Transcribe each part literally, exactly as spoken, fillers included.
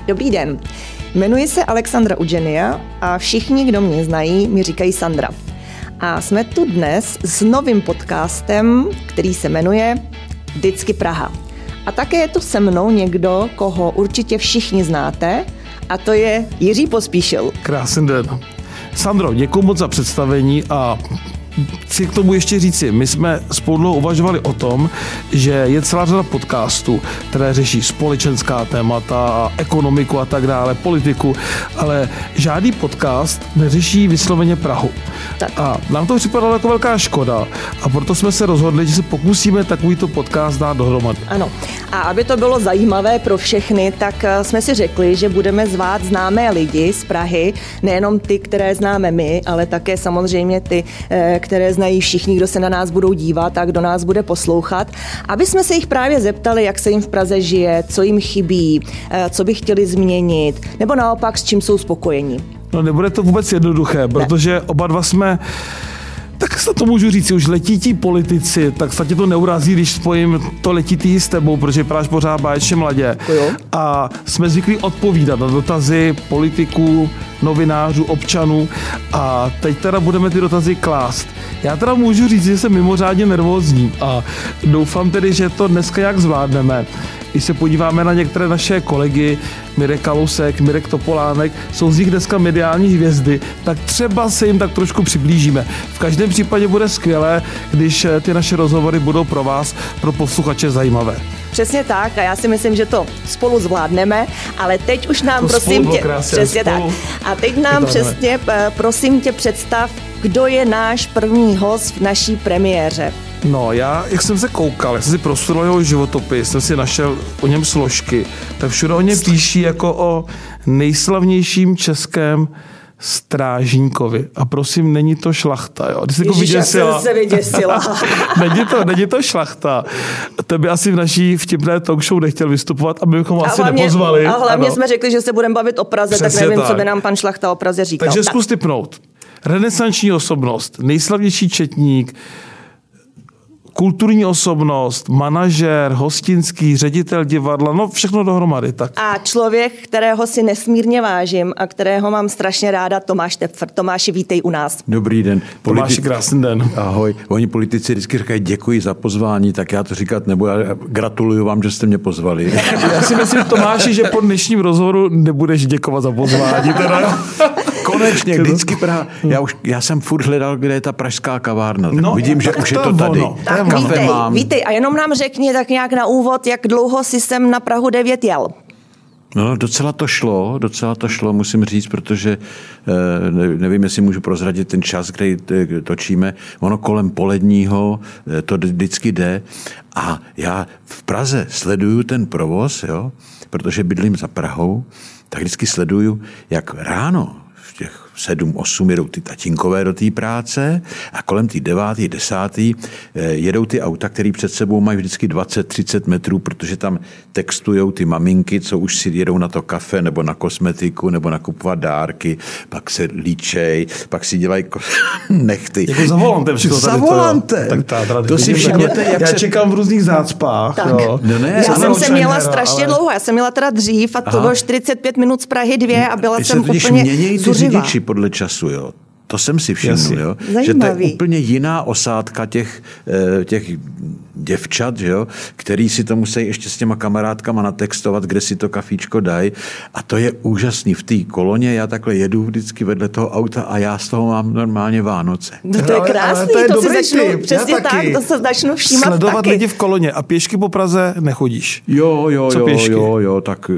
Dobrý den, jmenuji se Alexandra Udženia a všichni, kdo mě znají, mi říkají Sandra. A jsme tu dnes s novým podcastem, který se jmenuje Vždycky Praha. A také je tu se mnou někdo, koho určitě všichni znáte, a to je Jiří Pospíšil. Krásný den. Sandro, děkuji moc za představení a chci k tomu ještě říci, my jsme spolu uvažovali o tom, že je celá řada podcastů, které řeší společenská témata, ekonomiku a tak dále, politiku, ale žádný podcast neřeší vysloveně Prahu. Tak. A nám to připadalo jako velká škoda a proto jsme se rozhodli, že se pokusíme takovýto podcast dát dohromady. Ano. A aby to bylo zajímavé pro všechny, tak jsme si řekli, že budeme zvát známé lidi z Prahy, nejenom ty, které známe my, ale také samozřejmě ty, které znají všichni, kdo se na nás budou dívat a kdo nás bude poslouchat, aby jsme se jich právě zeptali, jak se jim v Praze žije, co jim chybí, co by chtěli změnit, nebo naopak s čím jsou spokojení. No nebude to vůbec jednoduché, protože ne. oba dva jsme, tak se to můžu říct, už letití politici, tak se tě to neurazí, když spojím to letitý s tebou, protože vypadáš pořád báječně mladě. A jsme zvyklí odpovídat na dotazy politiků, novinářů, občanů a teď teda budeme ty dotazy klást. Já teda můžu říct, že jsem mimořádně nervózní a doufám tedy, že to dneska jak zvládneme. Když se podíváme na některé naše kolegy, Mirek Kalousek, Mirek Topolánek, jsou z nich dneska mediální hvězdy, tak třeba se jim tak trošku přiblížíme. V každém případě bude skvělé, když ty naše rozhovory budou pro vás, pro posluchače zajímavé. Přesně tak a já si myslím, že to spolu zvládneme, ale teď už nám to prosím tě, krásně, přesně tak. A teď nám přesně prosím tě představ, kdo je náš první host v naší premiéře. No, já, jak jsem se koukal, jak jsem si prostudoval jeho životopis, jsem si našel o něm složky, tak všude o něm píší jako o nejslavnějším českém strážníkovi. A prosím, není to Šlachta, jo? Ježiš, jako vyděsila. Já jsem se vyděsila. není, to, není to Šlachta. To by asi v naší vtipné talk show nechtěl vystupovat, aby bychom asi hlavně, nepozvali. A hlavně ano. jsme řekli, že se budeme bavit o Praze, přesně tak nevím, tak. co by nám pan Šlachta o Praze říkal. Takže tak. zkus tipnout. Renesanční osobnost, nejslavnější četník, kulturní osobnost, manažer, hostinský, ředitel divadla, no všechno dohromady. Tak. A člověk, kterého si nesmírně vážím a kterého mám strašně ráda, Tomáš Tepfr. Tomáši, vítej u nás. Dobrý den. Tomáši, Politi- krásný den. Ahoj. Oni politici vždycky říkají děkuji za pozvání, tak já to říkat nebudu. Gratuluju vám, že jste mě pozvali. Já si myslím, Tomáši, že po dnešním rozhovoru nebudeš děkovat za pozvání. Teda. Konečně, vždycky Praha. Já, už, já jsem furt hledal, kde je ta pražská kavárna. No, vidím, že už je to tady. Tak vítej, vítej. A jenom nám řekni tak nějak na úvod, jak dlouho jsi sem na Prahu devět jel? No, docela to šlo, docela to šlo, musím říct, protože nevím, jestli můžu prozradit ten čas, který točíme. Ono kolem poledního to vždycky jde a já v Praze sleduju ten provoz, jo, protože bydlím za Prahou, tak vždycky sleduju, jak ráno v těch sedm, osm jedou ty tatínkové do té práce a kolem té devátý, desátý jedou ty auta, které před sebou mají vždycky dvacet třicet metrů, protože tam textujou ty maminky, co už si jedou na to kafe nebo na kosmetiku nebo nakupovat dárky, pak se líčej, pak si dělají ko- nechty. Jako za volantem. Za volantem. To si všimněte, jak já se... čekám v různých zácpách. Tak. Jo. No ne, já jsem se měla strašně ale... dlouho, já jsem měla teda dřív a to Aha. bylo čtyřicet pět minut z Prahy dvě a byla jsem úplně zuřivá. Podle času, jo. To jsem si všiml, jo. Zajímavý. Že to je úplně jiná osádka těch, těch děvčat, že jo, který si to musí ještě s těma kamarádkama natextovat, kde si to kafíčko dají. A to je úžasný. V té koloně já takhle jedu vždycky vedle toho auta a já z toho mám normálně Vánoce. No to je krásný, to, je to si začnu, typ. Přesně já tak, taky. To se začnu všímat Sledovat taky. lidi v koloně a pěšky po Praze nechodíš. Jo, jo, Co jo, pěšky? jo, jo, tak...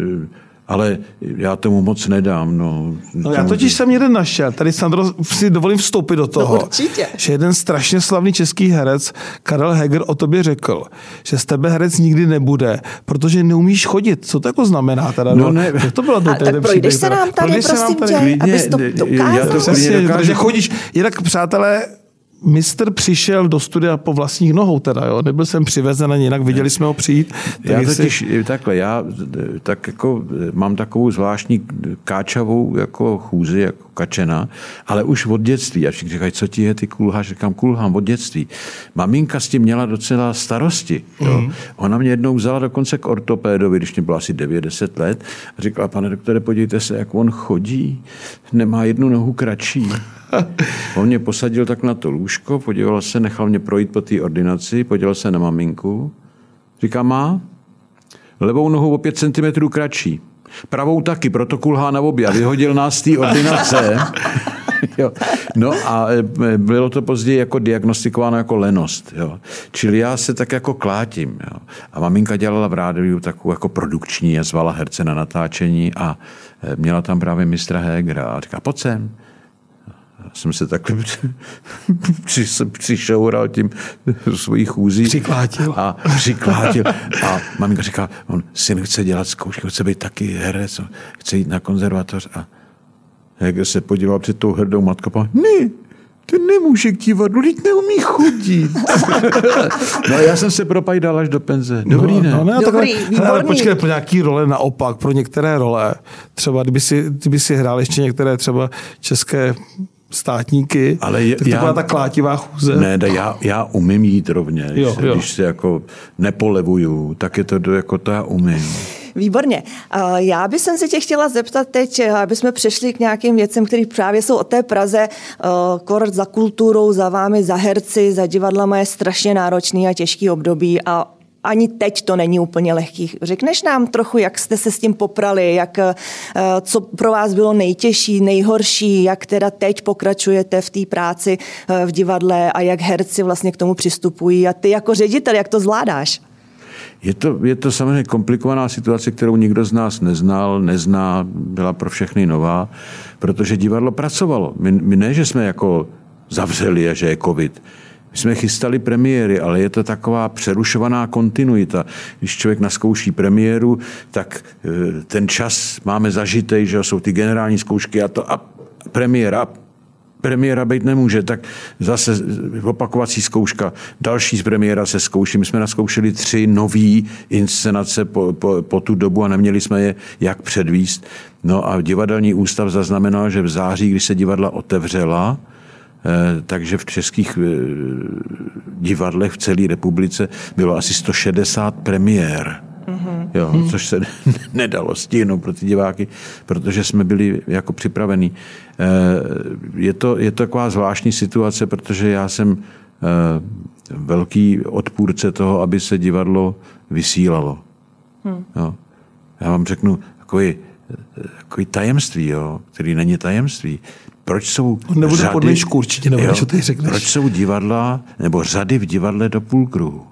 Ale já tomu moc nedám. No, no já totiž jsem jeden našel. Tady, Sandro, si dovolím vstoupit do toho. No určitě. Že jeden strašně slavný český herec, Karel Heger, o tobě řekl, že z tebe herec nikdy nebude, protože neumíš chodit. Co to jako znamená teda? No, ne. Jak to bylo? A tak projdeš se nám tady, prosím tě, abys to dokázal. Přesně, protože chodíš. Jinak, přátelé, mistr přišel do studia po vlastních nohou teda, jo? Nebyl jsem přivezen ani jinak, viděli jsme ho přijít. Já totiž si... takhle, já tak jako mám takovou zvláštní káčavou jako chůzi, jako kačena, ale už od dětství. A všichni říkají, co ti je, ty kulháš? Říkám, kulhám od dětství. Maminka s tím měla docela starosti. Jo? Mm. Ona mě jednou vzala dokonce k ortopédovi, když mě bylo asi devět deset let a říkala, pane doktore, podívejte se, jak on chodí, nemá jednu nohu kratší. On mě posadil tak na to lůžko, podíval se, nechal mě projít po té ordinaci, podíval se na maminku. Říká, má levou nohu o pět centimetrů kratší. Pravou taky, proto kulhá na obě. A vyhodil nás z té ordinace. Jo. No a bylo to později jako diagnostikováno jako lenost. Jo. Čili já se tak jako klátím. Jo. A maminka dělala v rádiu takovou jako produkční a zvala herce na natáčení a měla tam právě mistra Hegera. A říká, pojď sem. Jsem se takhle přišoural tím svojí chůzí. Přiklátil. A přiklátil. A maminka říká, on syn chce dělat zkoušky, chce být taky herec, chce jít na konzervatoř. A jak se podíval před tou hrdou matkou, a ne, ten nemůže k divadlu, teď neumí chodit. No a já jsem se propajdal až do penze. Dobrý, no, ne? No, ne Dobrý, takhle, ale počkej, pro nějaký role naopak, pro některé role, třeba kdyby si, kdyby si hrál ještě některé třeba české státníky, ale je, tak to byla ta klátivá chůze. Ne, da, já, já umím jít rovně. Jo, když, jo. když se jako nepolevuju, tak je to jako to já umím. Výborně. Já bych se tě chtěla zeptat teď, aby jsme přešli k nějakým věcem, které právě jsou o té Praze. Kor za kulturou, za vámi, za herci, za divadlama je strašně náročný a těžký období a ani teď to není úplně lehký. Řekneš nám trochu, jak jste se s tím poprali, jak, co pro vás bylo nejtěžší, nejhorší, jak teda teď pokračujete v té práci v divadle a jak herci vlastně k tomu přistupují a ty jako ředitel, jak to zvládáš? Je to, je to samozřejmě komplikovaná situace, kterou nikdo z nás neznal, nezná, byla pro všechny nová, protože divadlo pracovalo. My, my ne, že jsme jako zavřeli a že je covid. My jsme chystali premiéry, ale je to taková přerušovaná kontinuita. Když člověk naskouší premiéru, tak ten čas máme zažitej, že jsou ty generální zkoušky a to a premiéra, premiéra být nemůže, tak zase opakovací zkouška, další z premiéra se zkouší. My jsme naskoušeli tři nový inscenace po, po, po tu dobu a neměli jsme je jak předvíst. No a divadelní ústav zaznamenal, že v září, když se divadla otevřela, takže v českých divadlech v celé republice bylo asi sto šedesát premiér. Mm-hmm. Jo, což se nedalo stihnout pro ty diváky, protože jsme byli jako připravení. Je to, je to taková zvláštní situace, protože já jsem velký odpůrce toho, aby se divadlo vysílalo. Mm. Jo. Já vám řeknu takový, takový tajemství, jo, který není tajemství. Proč jsou Nebudu řady, podmíšku, určitě nebudu, co ty řekneš. Proč jsou divadla nebo řady v divadle do půlkruhu?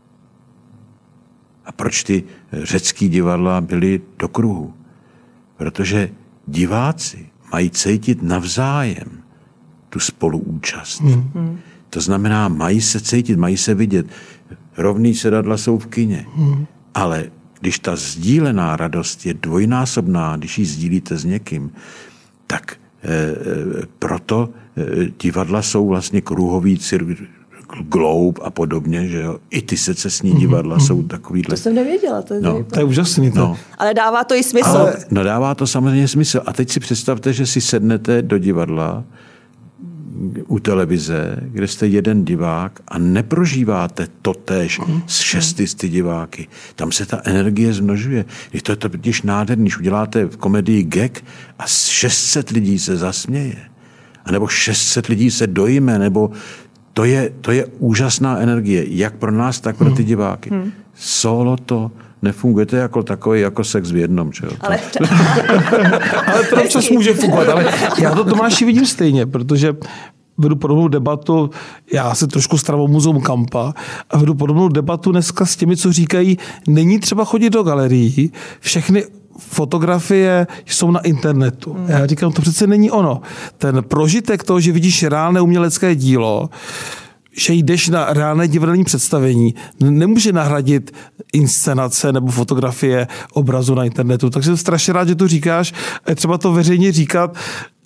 A proč ty řecký divadla byly do kruhu? Protože diváci mají cítit navzájem tu spoluúčast. Hmm. To znamená, mají se cítit, mají se vidět. Rovný sedadla jsou v kině. Hmm. Ale když ta sdílená radost je dvojnásobná, když ji sdílíte s někým, tak e, proto e, divadla jsou vlastně kruhový cirk, Globe a podobně, že jo. I ty secesní divadla mm-hmm. jsou takovýhle. To jsem nevěděla. To je, no. to je úžasný. To. No. Ale dává to i smysl. Ale, no dává to samozřejmě smysl. A teď si představte, že si sednete do divadla u televize, kde jste jeden divák a neprožíváte totéž mm-hmm. s šesti sty diváky. Tam se ta energie zmnožuje. Je to totiž nádherný, když uděláte v komedii gag a šest set lidí se zasměje. A nebo šest set lidí se dojme, nebo To je, to je úžasná energie, jak pro nás, tak pro ty diváky. Hmm. Solo to nefunguje, to je jako takový jako sex v jednom. Čo? Ale, ale to občas může fungovat, ale já to Tomáši vidím stejně, protože vedu podobnou debatu, já se trošku stravou muzeum Kampa a vedu podobnou debatu dneska s těmi, co říkají, není třeba chodit do galerií, všechny fotografie jsou na internetu. Hmm. Já říkám, to přece není ono. Ten prožitek toho, že vidíš reálné umělecké dílo, že jdeš na reálné divadelní představení, nemůže nahradit inscenace nebo fotografie obrazu na internetu. Takže jsem strašně rád, že to říkáš. A je třeba to veřejně říkat,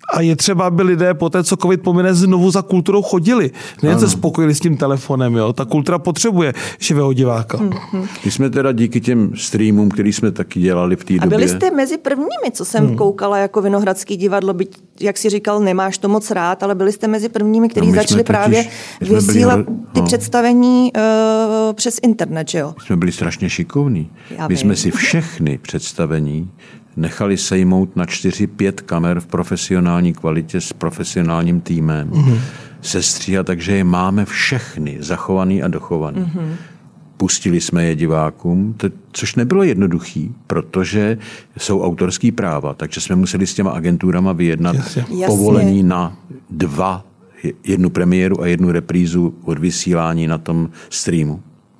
A je třeba, aby lidé po té, co covid pomine, znovu za kulturou chodili. Nejen se spokojili s tím telefonem. Jo. Ta kultura potřebuje živého diváka. Mm-hmm. My jsme teda díky těm streamům, který jsme taky dělali v té době. A byli jste mezi prvními, co jsem hmm. koukala jako Vinohradský divadlo, byť, jak jsi říkal, nemáš to moc rád, ale byli jste mezi prvními, kteří no začali totiž, právě vysílat byli, ty no. představení uh, přes internet, že jo? My jsme byli strašně šikovní. Já my vím. jsme si všechny představení nechali sejmout na čtyři, pět kamer v profesionální kvalitě s profesionálním týmem. Mm-hmm. Sestříhat, takže je máme všechny zachovaný a dochovaný. Mm-hmm. Pustili jsme je divákům, to, což nebylo jednoduchý, protože jsou autorský práva, takže jsme museli s těma agenturama vyjednat Jasně. povolení na dva, jednu premiéru a jednu reprízu od vysílání na tom streamu.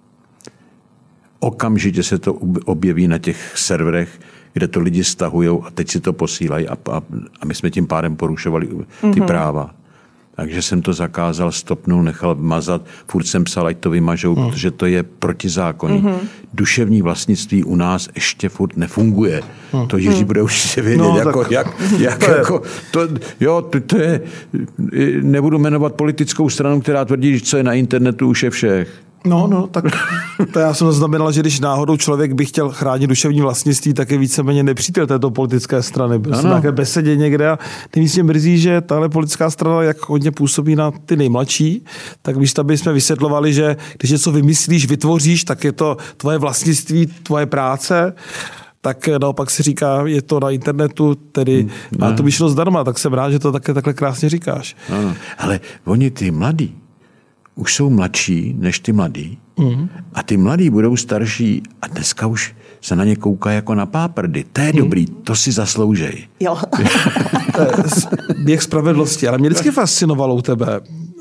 Okamžitě se to objeví na těch serverech, kde to lidi stahujou a teď si to posílají a, a, a my jsme tím pádem porušovali ty mm-hmm. práva. Takže jsem to zakázal, stopnul, nechal mazat, furt jsem psal, ať to vymažou, mm. protože to je protizákonný. Mm-hmm. Duševní vlastnictví u nás ještě furt nefunguje. Mm. To Jiří mm. bude určitě vědět, no, jako, tak... jak, jak to jako, to, jo, to, to je, nebudu jmenovat politickou stranu, která tvrdí, že co je na internetu, už je všech. No, no, tak to já jsem znamenal, že když náhodou člověk by chtěl chránit duševní vlastnictví, tak je víceméně nepřítel této politické strany. Byl jsem nějaké besedě někde a nejvíc mě mrzí, že tahle politická strana, jak hodně působí na ty nejmladší, tak místo aby jsme vysvětlovali, že když něco vymyslíš, vytvoříš, tak je to tvoje vlastnictví, tvoje práce, tak naopak si říká, je to na internetu, tedy má to vyšlo zdarma, tak jsem rád, že to také takhle krásně říkáš. Ano, ale oni ty mladí, už jsou mladší než ty mladí mm. a ty mladí budou starší a dneska už se na ně kouká jako na páprdy. To je mm. dobrý, to si zasloužej. Jo. Běh spravedlnosti, ale mě vždycky fascinovalo u tebe,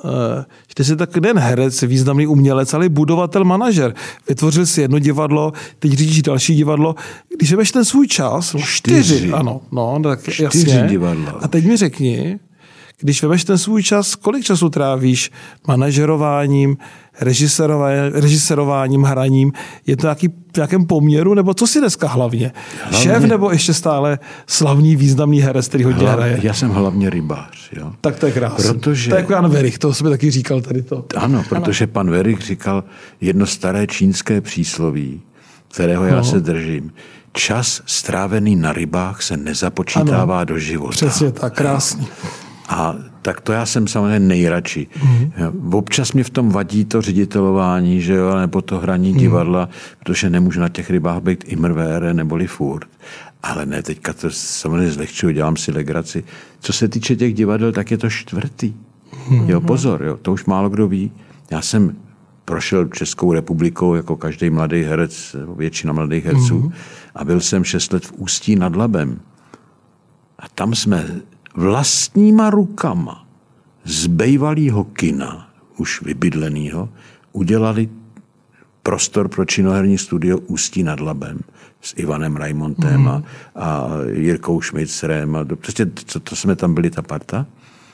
že ty jsi tak nejen herec, významný umělec, ale i budovatel, manažer. Vytvořil si jedno divadlo, teď řídíš další divadlo. Když vemeš ten svůj čas, čtyři, čtyři ano, no, tak čtyři jasně. divadla. A teď mi řekni, když vemeš ten svůj čas, kolik času trávíš manažerováním, režiserováním, hraním? Je to nějaký, v nějakém poměru? Nebo co si dneska hlavně? hlavně? Šéf nebo ještě stále slavný, významný herec, který hodně Hla, hraje? Já jsem hlavně rybář. Jo? Tak to je krásné. Protože... To je jako Jan Werich, to jsem taky říkal tady to. Ano, protože ano. pan Werich říkal jedno staré čínské přísloví, kterého já no. se držím. Čas strávený na rybách se nezapočítává ano. do života. Přesně tak, krásný. A tak to já jsem samozřejmě nejradši. Mm. Občas mě v tom vadí to ředitelování, že jo, nebo to hraní mm. divadla, protože nemůžu na těch rybách být imrvére neboli furt. Ale ne, teďka to samozřejmě zlehčuju, dělám si legraci. Co se týče těch divadel, tak je to čtvrtý. Mm. Jo, pozor, jo, to už málo kdo ví. Já jsem prošel Českou republikou jako každý mladý herec, většina mladých herců mm. a byl jsem šest let v Ústí nad Labem. A tam jsme vlastníma rukama z bejvalýho kina, už vybydlenýho, udělali prostor pro činoherní studio Ústí nad Labem s Ivanem Raimontem mm. a, a Jirkou Šmicrem. A prostě to, to jsme tam byli, ta parta.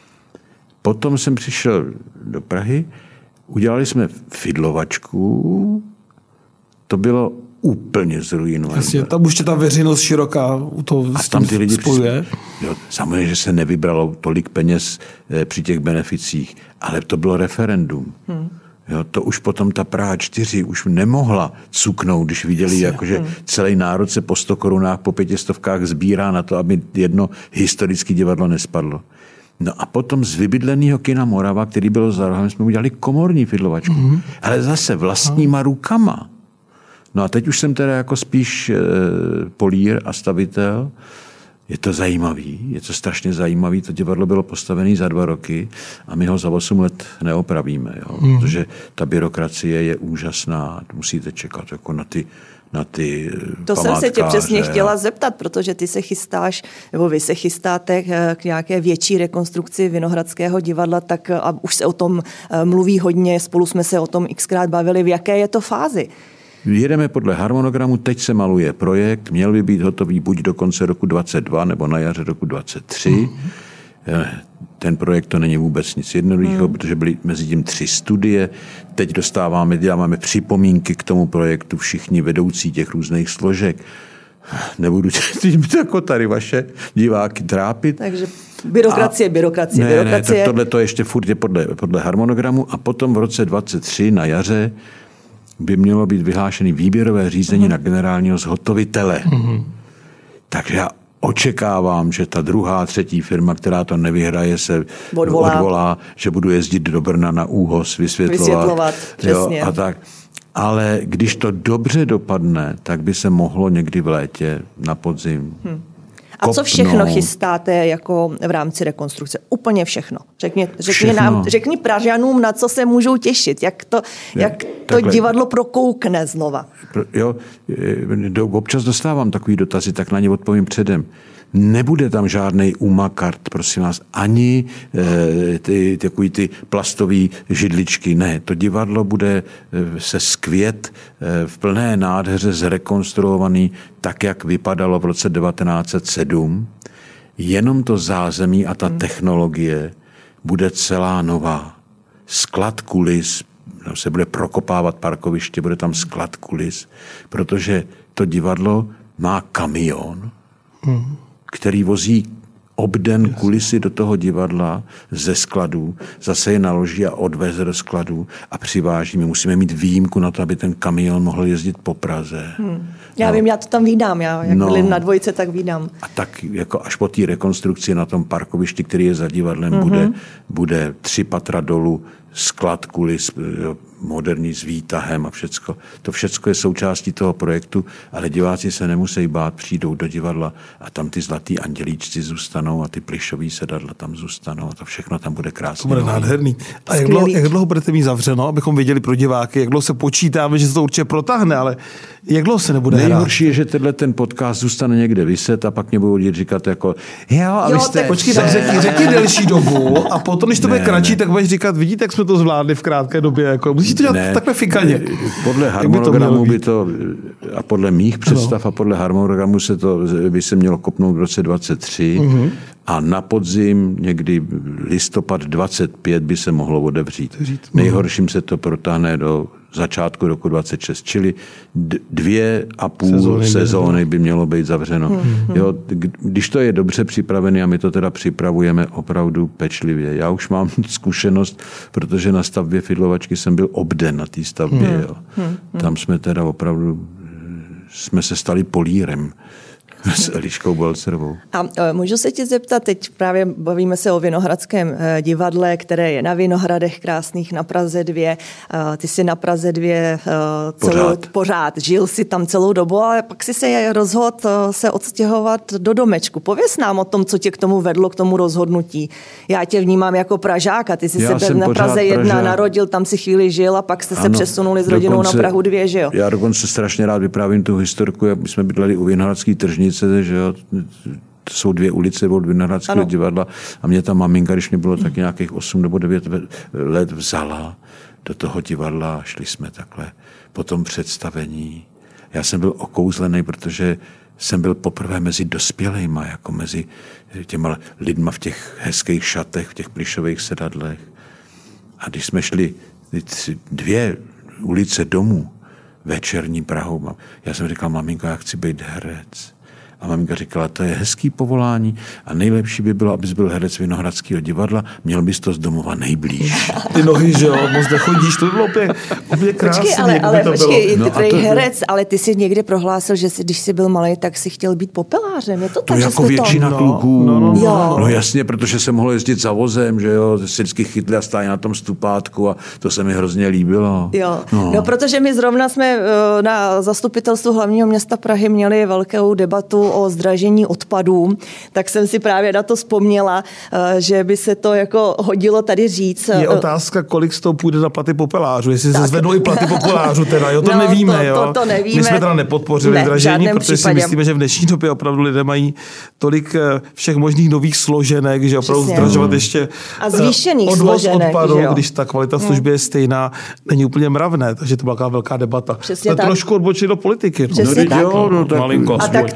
Potom jsem přišel do Prahy, udělali jsme Fidlovačku, to bylo úplně zruinované. Jasně, tam už ta veřejnost široká u toho a tam ty lidi spojuje. Jo, samozřejmě, že se nevybralo tolik peněz eh, při těch beneficích, ale to bylo referendum. Hmm. Jo, to už potom ta Praha čtyři už nemohla cuknout, když viděli, jako, že hmm. celý národ se po sto korunách, po pětistovkách sbírá na to, aby jedno historické divadlo nespadlo. No a potom z vybydleného kina Morava, který bylo za rohem, jsme udělali komorní Fidlovačku. Hmm. Ale zase vlastníma rukama. No a teď už jsem teda jako spíš e, polír a stavitel. Je to zajímavý, je to strašně zajímavý. To divadlo bylo postavené za dva roky a my ho za osm let neopravíme. Jo? Mm. Protože ta byrokracie je úžasná. Musíte čekat jako na ty na ty To jsem se tě přesně chtěla zeptat, protože ty se chystáš, nebo vy se chystáte k nějaké větší rekonstrukci Vinohradského divadla, tak a už se o tom mluví hodně, spolu jsme se o tom xkrát bavili. V jaké je to fázi? Jedeme podle harmonogramu, teď se maluje projekt, měl by být hotový buď do konce roku dvacet dva nebo na jaře roku dvacet tři. Mm-hmm. Ten projekt to není vůbec nic jednoduchého, mm. protože byly mezi tím tři studie. Teď dostáváme, děláme připomínky k tomu projektu všichni vedoucí těch různých složek. nebudu tím jako tady vaše diváky trápit. Takže byrokracie, a, byrokracie, ne, byrokracie. Ne, tak tohle to ještě furt je podle, podle harmonogramu a potom v roce dvacet tři na jaře by mělo být vyhlášený výběrové řízení uh-huh. na generálního zhotovitele. Uh-huh. Takže já očekávám, že ta druhá, třetí firma, která to nevyhraje, se odvolá, odvolá že budu jezdit do Brna na ÚHOS, vysvětlovat. Vysvětlovat, přesně. Jo, a tak. Ale když to dobře dopadne, tak by se mohlo někdy v létě na podzim hmm. A co všechno chystáte jako v rámci rekonstrukce? Úplně všechno. Řekni, řekni, všechno. Nám, řekni Pražanům, na co se můžou těšit. Jak to, jak to divadlo prokoukne znova. Jo, občas dostávám takový dotazy, tak na ně odpovím předem. Nebude tam žádnej umakart, prosím vás, ani e, ty, takový ty plastový židličky. Ne, to divadlo bude se skvět e, v plné nádheře zrekonstruovaný tak, jak vypadalo v roce devatenáct set sedm. Jenom to zázemí a ta hmm. technologie bude celá nová. Sklad kulis, se bude prokopávat parkoviště, bude tam sklad kulis, protože to divadlo má kamion, hmm. který vozí obden kulisy do toho divadla ze skladů, zase je naloží a odveze do skladů a přiváží. My musíme mít výjimku na to, aby ten kamion mohl jezdit po Praze. Hmm. Já no. vím, já to tam vídám, já jak no. byli na dvojce, tak vídám. A tak jako až po té rekonstrukci na tom parkovišti, který je za divadlem, mm-hmm. bude, bude tři patra dolů, sklad kulis, moderní s výtahem a všecko. To všecko je součástí toho projektu, ale diváci se nemusí bát, přijdou do divadla a tam ty zlatý andělíčci zůstanou a ty plišový sedadla tam zůstanou a to všechno tam bude krásné. To bude nádherný. A jak dlouho, jak dlouho budete mít zavřeno, abychom věděli pro diváky, jak dlouho se počítáme, že se to určitě protáhne, ale jak dlouho se nebude hrát? Nejhorší je, že tenhle ten podcast zůstane někde viset a pak mě budou říkat jako jo, a vy jste... Počkej, tak řekni, řekni delší dobu a potom, když to bude kratší, tak budeš říkat, vidíte, jak jsme to zvládli v krátké době. Jako, musíš to dělat ne, takhle fikaně. Podle harmonogramu by to, by to, a podle mých představ no. a podle harmonogramu se to by se mělo kopnout v roce dvacet tři mm-hmm. a na podzim někdy listopad dvacet pět by se mohlo otevřít. Nejhorším se to protáhne do začátku roku dvacet šest, čili dvě a půl sezóny, sezóny by mělo být zavřeno. Hmm. Jo, když to je dobře připravené a my to teda připravujeme opravdu pečlivě. Já už mám zkušenost, protože na stavbě Fidlovačky jsem byl obden na té stavbě. Hmm. Jo. Hmm. Tam jsme teda opravdu jsme se stali polírem. S Eliškou Balcerovou. A můžu se ti zeptat, teď právě bavíme se o Vinohradském divadle, které je na Vinohradech krásných na Praze dvě. Ty jsi na Praze dvě celou, pořád. pořád. Žil jsi tam celou dobu, ale pak si se rozhodl se odstěhovat do domečku. Pověz nám o tom, co tě k tomu vedlo, k tomu rozhodnutí. Já tě vnímám jako Pražáka. Ty jsi Já se na Praze jedna narodil, tam si chvíli žil a pak jste ano, se přesunuli s rodinou dokonce, na Prahu dvě, že jo? Já dokonce strašně rád vyprávím tu historku, jak jsme bydleli u Vinohradské tržnice, že jo, to jsou dvě ulice od Vinohradského divadla a mě ta maminka, když mě bylo tak nějakých osm nebo devět let, vzala do toho divadla a šli jsme takhle po tom představení. Já jsem byl okouzlený, protože jsem byl poprvé mezi dospělejma, jako mezi těma lidma v těch hezkých šatech, v těch plišových sedadlech. A když jsme šli dvě ulice domů, večerní Prahou, já jsem říkal, maminko, já chci být herec. A maminka říkala, to je hezký povolání a nejlepší by bylo, abys byl herec Vinohradského divadla, měl bys to z domova nejblíž. Ty nohy, že jo, moc nechodíš, to by bylo opět, opět krásný. Počkej, ale, ale to počkej, ty no to herec, ale ty jsi někdy prohlásil, že jsi, když jsi byl malý, tak si chtěl být popelářem. Je to tak, to že jako většina to... kluků. No, no, no, no. no jasně, protože jsem mohl jezdit za vozem, že jo, se vždycky chytli a stáli na tom stupátku a to se mi hrozně líbilo. Jo, no, no protože my zrovna jsme na zastupitelstvu hlavního města Prahy měli velkou debatu o zdražení odpadů, tak jsem si právě na to vzpomněla, že by se to jako hodilo tady říct. Je otázka, kolik z toho půjde na platy popelářů, jestli tak. se zvednou i platy popelářů teda, jo, to no, nevíme, to, jo. To, to nevíme. My jsme teda nepodpořili ne, zdražení, protože případě. si myslíme, že v dnešní době opravdu lidé mají tolik všech možných nových složenek, že opravdu Přesně. zdražovat ještě a zvýšených odvoz složenek, odpadu, když ta kvalita služby je stejná, není úplně mravné, takže to byla velká debata. Přesně to trošku odbočili do politiky. Přesně No, tak. Jo, no, tak, a tak, tak proč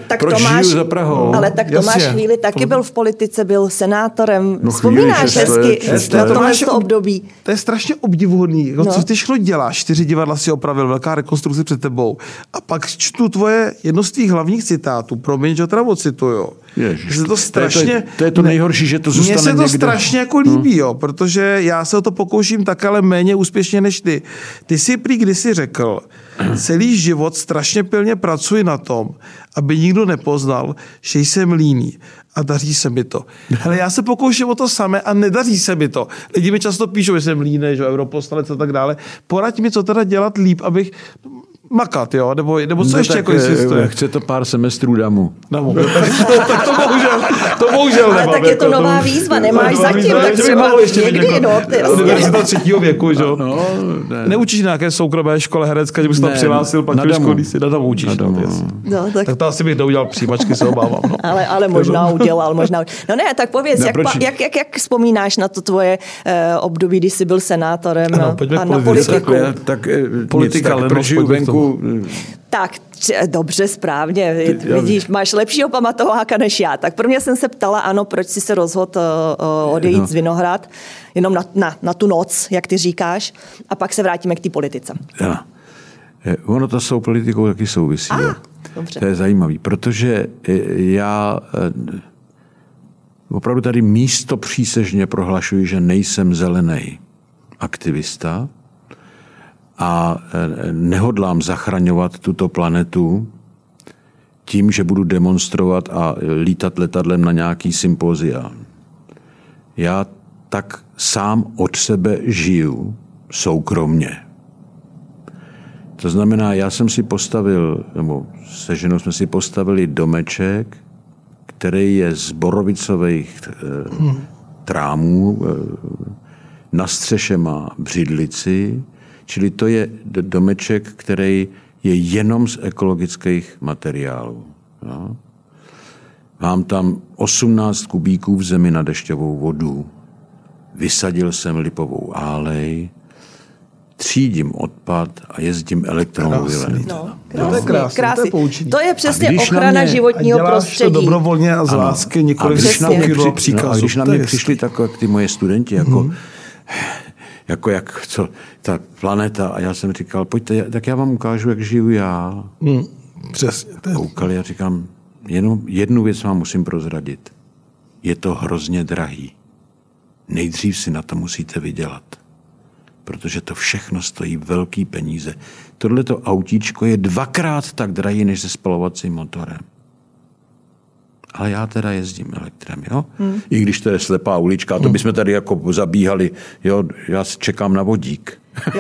Tomáš, žiju za Prahou. Ale tak Tomáš Jasně. chvíli taky byl v politice, byl senátorem. No Vzpomínáš chvíli, hezky šest let, na šest tohle let. to období. To je strašně obdivuhodný. No. No. Co ty všechno děláš? Čtyři divadla si opravil, velká rekonstrukce před tebou. A pak čtu tvoje jedno z tvých hlavních citátů. Promiň, že teda ocituju. Ježiš, to, to, strašně, to, je, to je to nejhorší, že to zůstane Mně se to někde. strašně jako líbí, jo, protože já se o to pokouším tak, ale méně úspěšně než ty. Ty si prý kdysi řekl, celý život strašně pilně pracuji na tom, aby nikdo nepoznal, že jsem líný. A daří se mi to. Ale já se pokouším o to samé a nedaří se mi to. Lidi mi často píšou, že jsem línej, že europoslanec a tak dále. Poraď mi, co teda dělat líp, abych makat, jo? Nebo, nebo co No ještě tak, jako existuje? chce to pár semestrů damu. No, tak to bohužel, to bohužel Ale nemám. tak je to jako, nová výzva, nemáš nová zatím, výzva, tak že by třeba mohlo ještě být někdy, jako no, ty jasně. univerzita třetího věku, že jo? No, ne. Neučíš nějaké soukromé škole herecké, že bys tam Ne, přihlásil, pak na do damu. školy si na damu učíš. Na damu. No, jasně. No, tak, Tak to asi bych neudělal příjmačky, se obávám. No. ale, ale možná udělal, možná. No ne, tak pověz, Ne, jak, proč? pa, jak, jak, jak vzpomínáš na to tvoje uh, období, kdy jsi byl senátorem Ano, pojďme a k na politice. politiku? Tak, já- tak eh, Politika, nic, tak Lenos, prožiju pojďme k tomu. venku. Tak, tři- dobře, správně. Ty- já- Vidíš, máš lepšího pamatováka než já. Tak prvně jsem se ptala, ano, proč jsi se rozhodl uh, uh, odejít No. z Vinohrad, jenom na, na, na tu noc, jak ty říkáš, a pak se vrátíme k té politice. Ja. Eh, Ono to s tou politikou taky souvisí. Ah, jo. dobře. To je zajímavý, protože eh, já eh, opravdu tady místo přísežně prohlašuji, že nejsem zelený aktivista a eh, nehodlám zachraňovat tuto planetu tím, že budu demonstrovat a lítat letadlem na nějaký sympozia. Já tak sám od sebe žiju soukromně. To znamená, já jsem si postavil, nebo se ženou jsme si postavili domeček, který je z borovicových eh, trámů, eh, na střeše má břidlici, čili to je d- domeček, který je jenom z ekologických materiálů. No. Mám tam osmnáct kubíků v zemi na dešťovou vodu. Vysadil jsem lipovou álej, třídím odpad a jezdím elektromobilem. No, To je krásný, to je poučný. To je přesně A když na ochrana mě- životního A děláš prostředí. to dobrovolně a z lásky, A několik když na mě, Přesně. kilo při, příkazů. no, a když na To mě je přišli tak jak ty moje studenti, jako, jako jak co, ta planeta, a já jsem říkal, pojďte, tak já vám ukážu, jak žiju já. Hmm, přesně. To je, Koukali a říkám, jenom jednu věc vám musím prozradit. Je to hrozně drahý. Nejdřív si na to musíte vydělat. Protože to všechno stojí velký peníze. Tohleto autíčko je dvakrát tak drahý, než se spalovacím motorem. Ale já teda jezdím elektrem, jo? Hmm. I když to je slepá ulička, to bychom tady jako zabíhali, jo? Já čekám na vodík.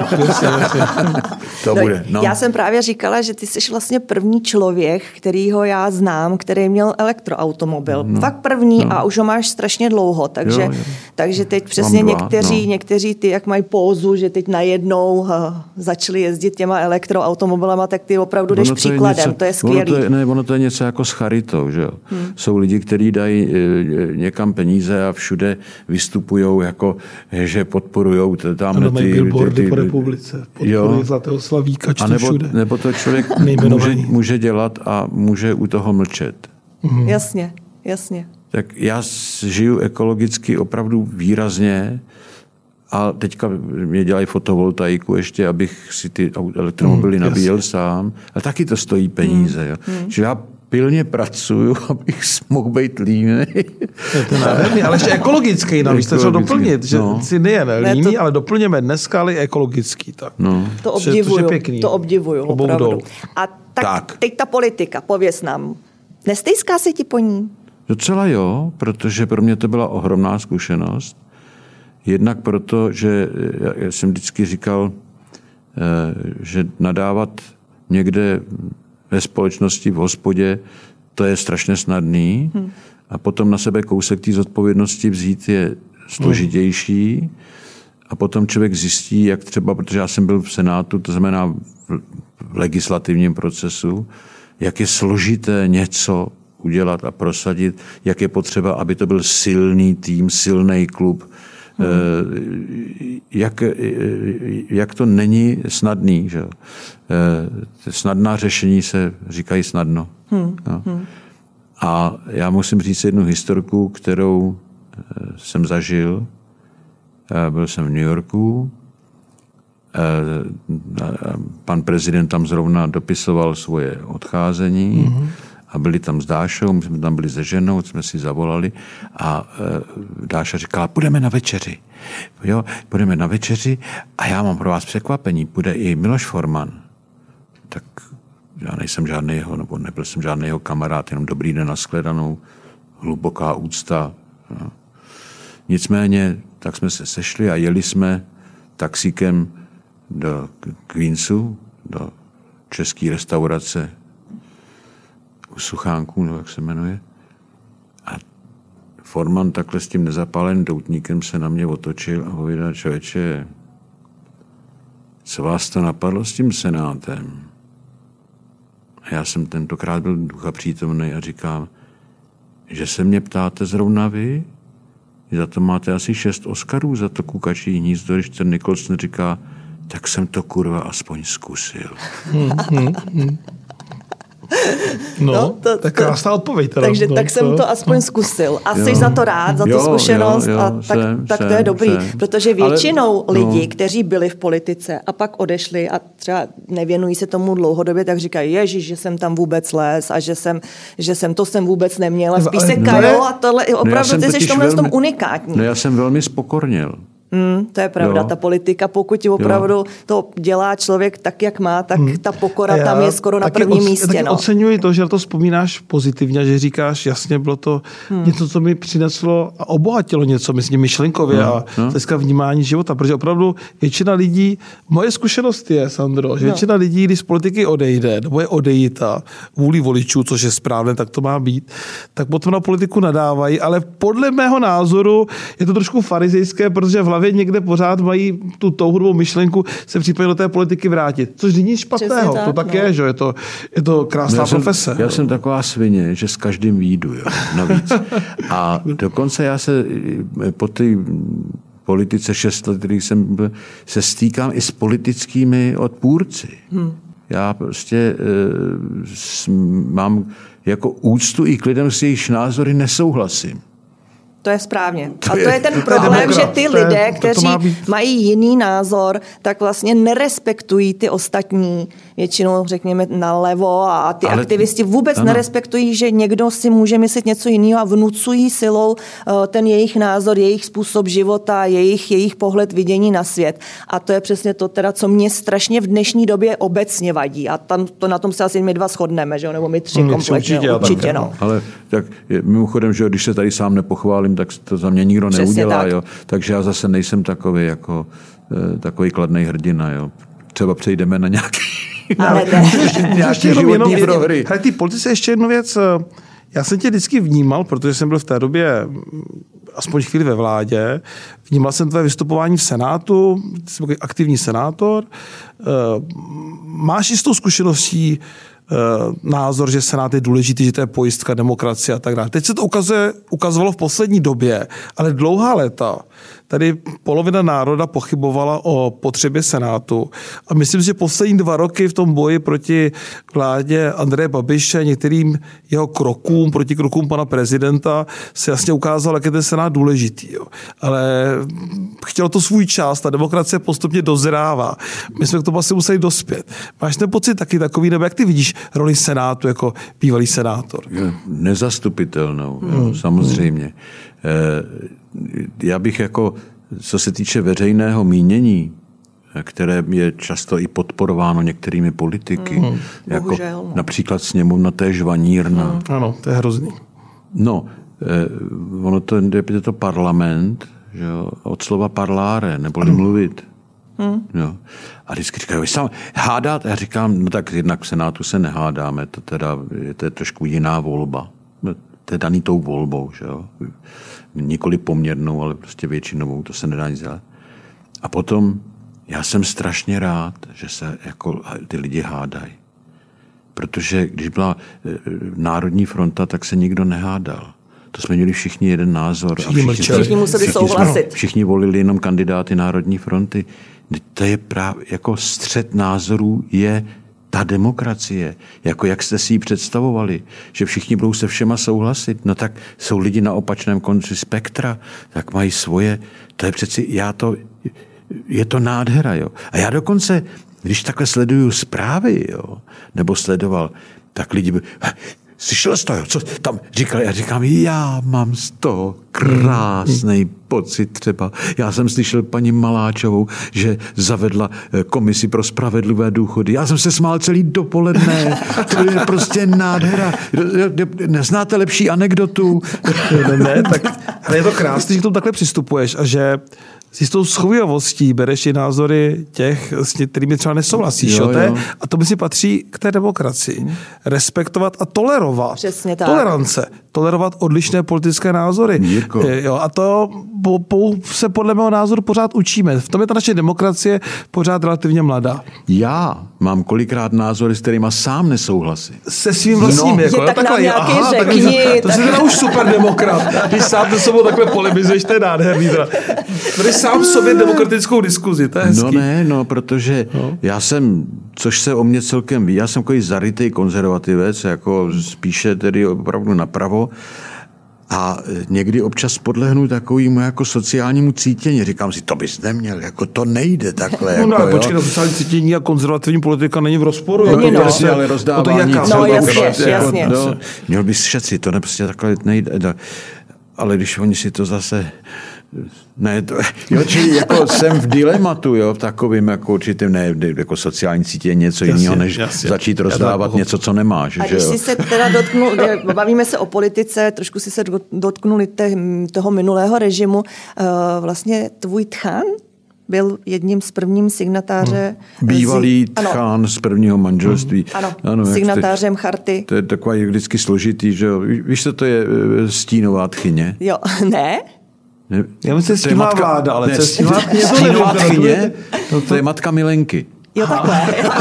To No, bude, no. Já jsem právě říkala, že ty jsi vlastně první člověk, kterýho já znám, který měl elektroautomobil. No, Fakt první no. A už ho máš strašně dlouho, takže, Jo, jo. takže teď přesně Mám dva, někteří, no. někteří ty, jak mají pózu, že teď najednou uh, začali jezdit těma elektroautomobilama, tak ty opravdu jdeš Ono to je příkladem, něco- to je skvělý. Ono to je, ne, ono to je něco jako s charitou, že jo. Hmm. Jsou lidi, kteří dají e, někam peníze a všude vystupují jako, že podporujou tam ano, mají ty, billboardy ty, ty, po republice. Podporují Zlatého Slavíka, a čtu nebo, všude. nebo to člověk může, Nejmenovaný. může dělat a může u toho mlčet. Hmm. Jasně, jasně. Tak já žiju ekologicky opravdu výrazně a teďka mě dělají fotovoltaiku ještě, abych si ty elektromobily Mm, nabíjel sám. A taky to stojí peníze. Jo. Mm. Že já pilně pracuju, abych mohl být líný. To je nádherný, ale ještě ekologický, navíc to třeba Ekologický, doplnit, že no. si nejen Ne, líný, to- ale doplněme dneska, ale i ekologický. Tak. No. To Což je- což je obdivuju, pěkný. to obdivuju, Klobouk opravdu. dolů. A tak, Tak. teď ta politika, pověz nám. Nestejská se ti po ní? Docela jo, protože pro mě to byla ohromná zkušenost. Jednak proto, že já jsem vždycky říkal, že nadávat někde ve společnosti, v hospodě, to je strašně snadný. Hmm. A potom na sebe kousek té zodpovědnosti vzít je složitější. A potom člověk zjistí, jak třeba, protože já jsem byl v Senátu, to znamená v legislativním procesu, jak je složité něco udělat a prosadit, jak je potřeba, aby to byl silný tým, silný klub, hmm. jak, jak to není snadný. Že? Snadná řešení se říkají snadno. Hmm. No. Hmm. A já musím říct jednu historku, kterou jsem zažil. Byl jsem v New Yorku. Pan prezident tam zrovna dopisoval svoje odcházení mm-hmm. a byli tam s Dášou, my jsme tam byli se ženou, jsme si zavolali a Dáša říkala, půjdeme na večeři. Jo, půjdeme na večeři a já mám pro vás překvapení, bude i Miloš Forman. Tak já nejsem žádný jeho, nebo nebyl jsem žádný jeho kamarád, jenom dobrý den, nashledanou, hluboká úcta. Jo. Nicméně, tak jsme se sešli a jeli jsme taxíkem do Queensu, do české restaurace u Suchánků, no jak se jmenuje. A Forman takhle s tím nezapáleným doutníkem se na mě otočil a povídal, člověče, co vás to napadlo s tím senátem? A já jsem tentokrát byl ducha přítomný a říkám, že se mě ptáte zrovna vy? Za to máte asi šest Oscarů, za to Kukačí hnízdo, když ten Nicholson říká, tak jsem to kurva aspoň zkusil. Hmm, hmm, hmm. No, no to, tak krásná odpověď. Teda. Takže no, tak jsem to, to aspoň no. zkusil. A jsi za to rád, za tu jo, zkušenost. Jo, jo, a tak, jsem, tak to jsem, je dobrý. jsem. Protože většinou Ale, lidí, no. kteří byli v politice a pak odešli a třeba nevěnují se tomu dlouhodobě, tak říkají, ježiš, že jsem tam vůbec les a že jsem, že jsem to jsem vůbec neměla. Spíš se kajou a tohle opravdu ty jsi v tomhle velmi, tom unikátní. No já jsem velmi spokornil. Mm, to je pravda, jo. Ta politika, pokud opravdu jo. to dělá člověk tak, jak má, tak hmm. ta pokora já tam je skoro na prvním oc, místě. Taky no. oceňuji to, že na to vzpomínáš pozitivně, že říkáš, jasně, bylo to hmm. něco, co mi přineslo a obohatilo něco, myslím, myšlenkově no. a no. dneska vnímání života, protože opravdu většina lidí, moje zkušenost je, Sandro, že no. většina lidí, když z politiky odejde, nebo je odejita vůli voličů, což je správné, tak to má být, tak potom na politiku nadávají, ale podle mého názoru je to trošku farizejské, protože v hlavě někde pořád mají tu touhu myšlenku se případně do té politiky vrátit. Což není špatného, tak, to tak no. je, že je to, je to krásná já profese. Jsem, já jsem taková svině, že s každým výjdu, jo, navíc. A dokonce já se po té politice šest let, který jsem byl, se stýkám i s politickými odpůrci. Hmm. Já prostě e, s, mám jako úctu i k lidem, s jejichž názory nesouhlasím. To je správně. To a to je, je ten problém, že ty lidé, kteří mají jiný názor, tak vlastně nerespektují ty ostatní, většinou řekněme nalevo a ty Ale, aktivisti vůbec ano. nerespektují, že někdo si může myslet něco jiného a vnucují silou ten jejich názor, jejich způsob života, jejich, jejich pohled vidění na svět. A to je přesně to, teda, co mě strašně v dnešní době obecně vadí. A tam, to, na tom se asi my dva shodneme, že? Nebo my tři hmm, kompletně. Určitě, určitě no. Ale tak mimochodem, že když se tady sám nepochválím, tak to za mě nikdo Přesně neudělá. Tak. Jo. Takže já zase nejsem takový jako takový kladný hrdina. Jo. Třeba přejdeme na nějaký, Ale ne. nějaký životní prohry. Hele, ty politice ještě jednu věc. Já jsem tě vždycky vnímal, protože jsem byl v té době aspoň chvíli ve vládě. Vnímal jsem tvé vystupování v Senátu, jsi aktivní senátor. Máš jistou zkušeností názor, že Senát je důležitý, že to je pojistka demokracie a tak dále. Teď se to ukazuje, ukazovalo v poslední době, ale dlouhá léta tady polovina národa pochybovala o potřebě Senátu a myslím si, že poslední dva roky v tom boji proti vládě Andreje Babiše, některým jeho krokům, proti krokům pana prezidenta se jasně ukázalo, jak je ten Senát důležitý. Jo. Ale chtělo to svůj čas, ta demokracie postupně dozrává. My jsme k tomu asi museli dospět. Máš ten pocit taky takový, nebo jak ty vidíš roli Senátu jako bývalý senátor? Nezastupitelnou, hmm. jo, samozřejmě. Hmm. Já bych jako, co se týče veřejného mínění, které je často i podporováno některými politiky, hmm. jako Bohužel, no. například sněmovna té žvanírna. Hmm. Ano, to je hrozný. No, ono to je to parlament, že jo, od slova parlare, neboli hmm. mluvit. Hmm. Jo. A vždycky říkají, vy sám hádáte? Já říkám, no tak jednak v Senátu se nehádáme, to teda je, to je trošku jiná volba. To je daný tou volbou, že jo. Nikoli poměrnou, ale prostě většinovou, to se nedá nic dělat. A potom já jsem strašně rád, že se jako ty lidi hádají. Protože když byla Národní fronta, tak se nikdo nehádal. To jsme měli všichni jeden názor. Všichni, a všichni, všichni museli všichni souhlasit. Jsme, všichni volili jenom kandidáty Národní fronty. To je právě jako střet názorů je ta demokracie, jako jak jste si ji představovali, že všichni budou se všema souhlasit, no tak jsou lidi na opačném konci spektra, tak mají svoje, to je přeci, já to, je to nádhera, jo. A já dokonce, když takhle sleduju zprávy, jo, nebo sledoval, tak lidi by, slyšel jsi to, jo, co tam říkal, já říkám, já mám z toho krásný pocit třeba. Já jsem slyšel paní Maláčovou, že zavedla komisi pro spravedlivé důchody. Já jsem se smál celý dopoledne. To je prostě nádhera. Neznáte lepší anekdotu? Ne, ne, tak, ale je to krásné, že k tomu takhle přistupuješ a že s jistou schovivostí bereš i názory těch, s kterými třeba nesouhlasíš. Jo, jo. A to by si patří k té demokracii. Respektovat a tolerovat. Přesně tak. Tolerance. Tolerovat odlišné politické názory. Jo, a to po, po, se podle mého názoru pořád učíme. V tom je ta naše demokracie pořád relativně mladá. Já mám kolikrát názory, s kterýma sám nesouhlasím. Se svým vlastním. No, jako, tak takhle, nám nějaký aha, řekni. Takhle, to jsi teda už super demokrat. Když sám se sebou takhle polemizuješ, to je nádherný. Tady sám sobě demokratickou diskuzi, to je hezký. No ne, no, protože no. já jsem, což se o mě celkem ví, já jsem takový zarytej konzervativec, jako spíše tedy opravdu napravo. A někdy občas podlehnu takovému jako sociálnímu cítění. Říkám si, to bys neměl, jako to nejde takhle. No, jako, no počkej, sociální cítění a konzervativní politika není v rozporu. No, jako, no, jasně, ale rozdávání. No, no jasně, jasně. Jako, no, měl bys šetřit, to ne, prostě takhle nejde. Ale když oni si to zase... Ne, to, jo, čili jako jsem v dilematu, jo, v takovým jako určitým, ne, jako sociální cítě je něco jasně, jiného, než jasně. začít rozdávat něco, co nemáš. A že když jo? si se teda dotknul, bavíme se o politice, trošku si se dotknuli te, toho minulého režimu, uh, vlastně tvůj tchán byl jedním z prvním signatáře. Hmm. Bývalý tchán z prvního manželství. Ano, ano signatářem to, charty. To je takový vždycky složitý, že jo. Víš, co to je stínová tchyně? Jo, ne? Ne, já myslím, že stínová vláda, ale ne, co je stínová tchyně? To je matka Milenky. Jo, takhle.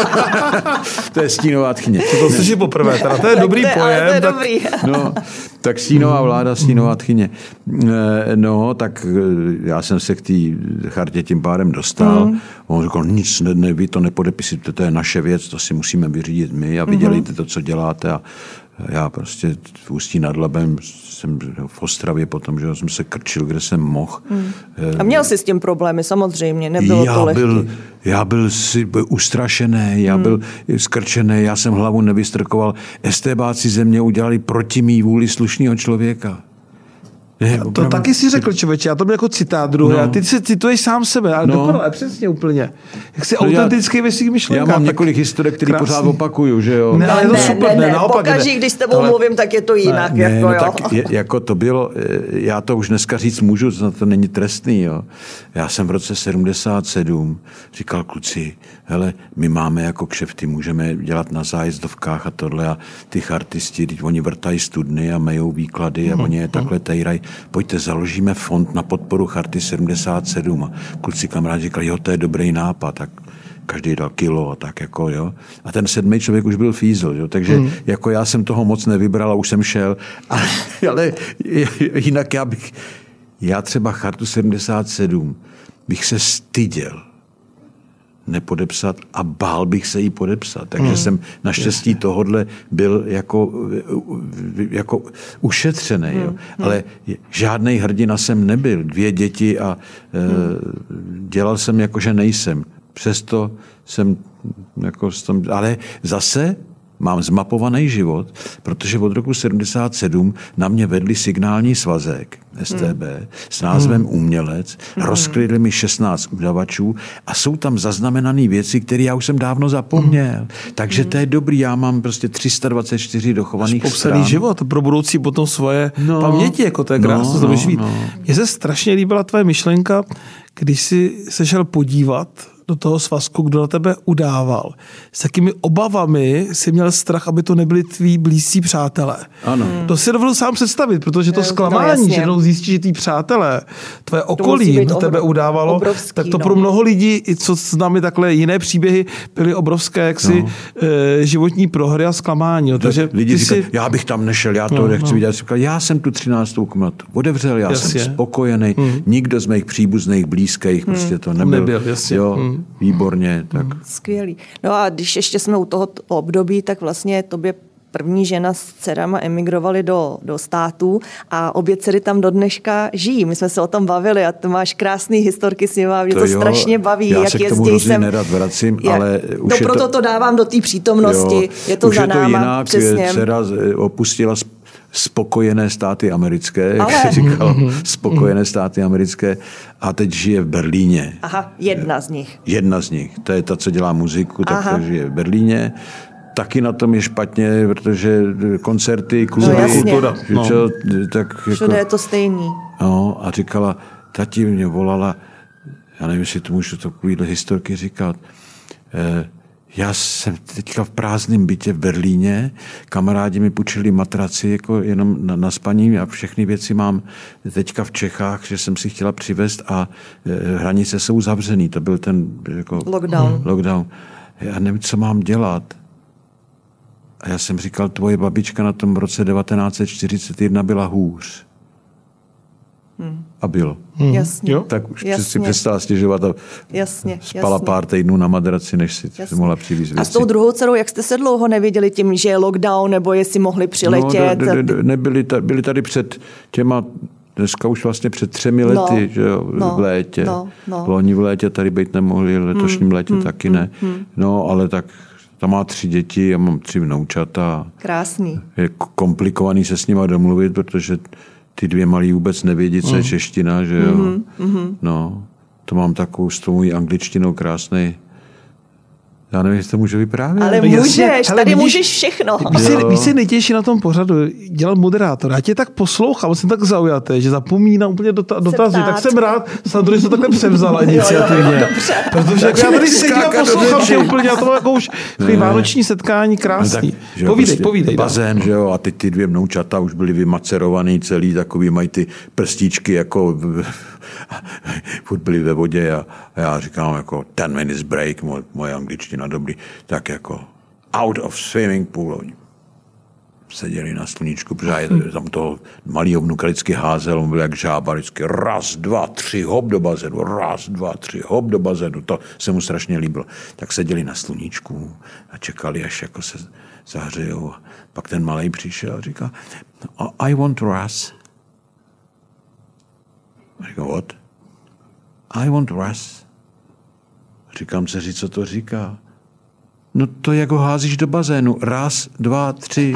To je stínová tchyně. To slyším poprvé, teda. To je dobrý to je, pojem. To je tak... dobrý. No, tak stínová vláda, stínová tchyně. No, tak já jsem se k té chartě tím pádem dostal. Mm. On řekl, nic, ne, ne, vy to nepodepisujete, to je naše věc, to si musíme vyřídit my a vydělejte to, co děláte. A já prostě v Ústí nad Labem jsem v Ostravě potom, že jsem se krčil, kde jsem mohl. Hmm. A měl jsi s tím problémy, samozřejmě, nebylo já to lehký. Byl, já byl si byl ustrašený, já hmm. byl skrčený, já jsem hlavu nevystrkoval. Estébáci ze mě udělali proti mý vůli slušného člověka. Ne, to opravdu... taky si řekl, člověče, já to byl jako citát druhý, no. A ty si cituješ sám sebe, ale no. dokonale, přesně úplně. Jak jsi no autentický ve svých myšlenkách. Já mám několik historek, které pořád opakuju, že jo. Ne, ale je to super, ne, ne, ne, naopak. Pokaží, když s tebou ale... mluvím, tak je to jinak. Ne, jako, no, jo. tak je, jako to bylo, já to už dneska říct můžu, to není trestný, jo. Já jsem v roce sedmdesát sedm říkal, kluci, hele, my máme jako kšefty, můžeme dělat na zájezdovkách a tohle a ty chartisti, oni vrtají studny a mejou výklady a oni je takhle tejrají. Pojďte, založíme fond na podporu charty sedmdesát sedm. A kluci kamarádi říkali, jo, to je dobrý nápad, tak každý dal kilo a tak jako, jo. A ten sedmý člověk už byl fízl, jo, takže hmm. jako já jsem toho moc nevybral a už jsem šel, ale, ale jinak já bych, já třeba chartu sedmdesát sedm bych se styděl nepodepsat a bál bych se jí podepsat. Takže hmm. jsem naštěstí Jasně. tohodle byl jako, jako ušetřený. Hmm. Jo. Ale žádnej hrdina jsem nebyl. Dvě děti a hmm. dělal jsem jako, že nejsem. Přesto jsem jako, ale zase mám zmapovaný život, protože od roku sedmdesát sedm na mě vedli signální svazek S T B hmm. s názvem hmm. Umělec, hmm. rozkryli mi šestnáct udavačů a jsou tam zaznamenané věci, které já už jsem dávno zapomněl. Hmm. Takže hmm. to je dobrý, já mám prostě tři sta dvacet čtyři dochovaných stran. Život pro budoucí potom svoje no. paměti, jako to je krásné, no, no, no. Mně se strašně líbila tvoje myšlenka, když jsi se šel podívat do toho svazku, kdo na tebe udával. S jakými obavami jsi měl strach, aby to nebyli tví blízcí přátelé. Ano. Hmm. To si dovolil sám představit, protože to zklamání, no, že jednou zjistíš, že tí přátelé, tvoje okolí na tebe udávalo, obrovský, tak to no. pro mnoho lidí, i co s námi takhle jiné příběhy, byly obrovské jaksi no. e, životní prohry a zklamání. No. Takže lidi říkají, si... já bych tam nešel, já to no, nechci no. vidět. Říkal, já jsem tu třináctou komnatu otevřel, já jasně. jsem spokojený, hmm. nikdo z mých příbuzných, blízkých, hmm. prostě to nebyl. nebyl jasně. Jo. Hmm. mm. výborně. Tak. Mm. Skvělý. No a když ještě jsme u toho období, tak vlastně tobě první žena s dcerama emigrovali do, do států a obě dcery tam do dneška žijí. My jsme se o tom bavili a to máš krásný historky s nimi, mě to, to strašně baví. Já jak se k tomu hrozně nerad vracím, jak, ale už no je proto to, to dávám do té přítomnosti. Jo, je to už za je to náma, jinak, přesně. Dcera opustila spokojené státy americké, ale... jak se říkal, spokojené státy americké a teď žije v Berlíně. Aha, jedna z nich. Jedna z nich. To je ta, co dělá muziku, tak to žije v Berlíně. Taky na tom je špatně, protože koncerty, kluby, no, kultura. No. Čo, tak jako, všude je to stejný. No, a říkala, tati mě volala, já nevím, jestli to můžu takovýhle historky říkat, eh, já jsem teďka v prázdném bytě v Berlíně, kamarádi mi půjčili matraci jako jenom na, na spaní a všechny věci mám teďka v Čechách, že jsem si chtěla přivést a eh, hranice jsou zavřený. To byl ten jako, lockdown. lockdown. Já nevím, co mám dělat. A já jsem říkal, tvoje babička na tom roce devatenáct set čtyřicet jedna byla hůř. Hmm. A bylo. Hmm. Jasně. Jo? Tak už jasně. si přestala stěžovat a jasně, spala jasně. pár týdnů na madraci, než si jasně. mohla přivést věci. A s tou druhou dcerou, jak jste se dlouho nevěděli tím, že je lockdown, nebo jestli mohli přiletět? No, d- d- nebyli tady, byli tady před těma, dneska už vlastně před třemi lety, no, že jo, no, v létě. No, no. Loni v létě tady být nemohli, letošním hmm, létě hmm, taky hmm, ne. Hmm. No, ale tak ta má tři děti, já mám tři vnoučata. Krásný. Je komplikovaný se s nima domluvit, protože ty dvě malí vůbec nevědí, co je mm. čeština, že jo. Mm-hmm. No, to mám takovou s tou mojí angličtinou krásnej. Já nevím, jestli to můžu vyprávět. Ale můžeš, hele, tady vidíš, můžeš všechno. Víš si nejtěžší na tom pořadu, dělal moderátor. Já tě tak poslouchám, jsem tak zaujatý, že zapomínám úplně dotazy. Tak jsem rád, Sandro, že to takhle převzala iniciativně. Protože jako já tady sedím a poslouchám tě úplně, a to bylo jako už takový vánoční setkání krásný. No tak, povídej, prostě povídej. Bazén, že jo, a teď ty dvě vnoučata už byly vymacerovaný celý, takový mají ty prstíčky jako furt byli ve vodě a já říkám jako ten minutes break, moje, moje angličtina dobrý, tak jako out of swimming pool. Seděli na sluníčku, protože tam toho malýho vnuka vždycky házel, on byl jak žába, vždycky raz, dva, tři, hop do bazénu, raz, dva, tři, hop do bazénu, to se mu strašně líbilo. Tak seděli na sluníčku a čekali, až jako se zahřejou. Pak ten malej přišel a říká, I want ras. A říkám, what? I want ras. Říkám, dceři, co to říká? No to jako házíš do bazénu. Raz, dva, tři.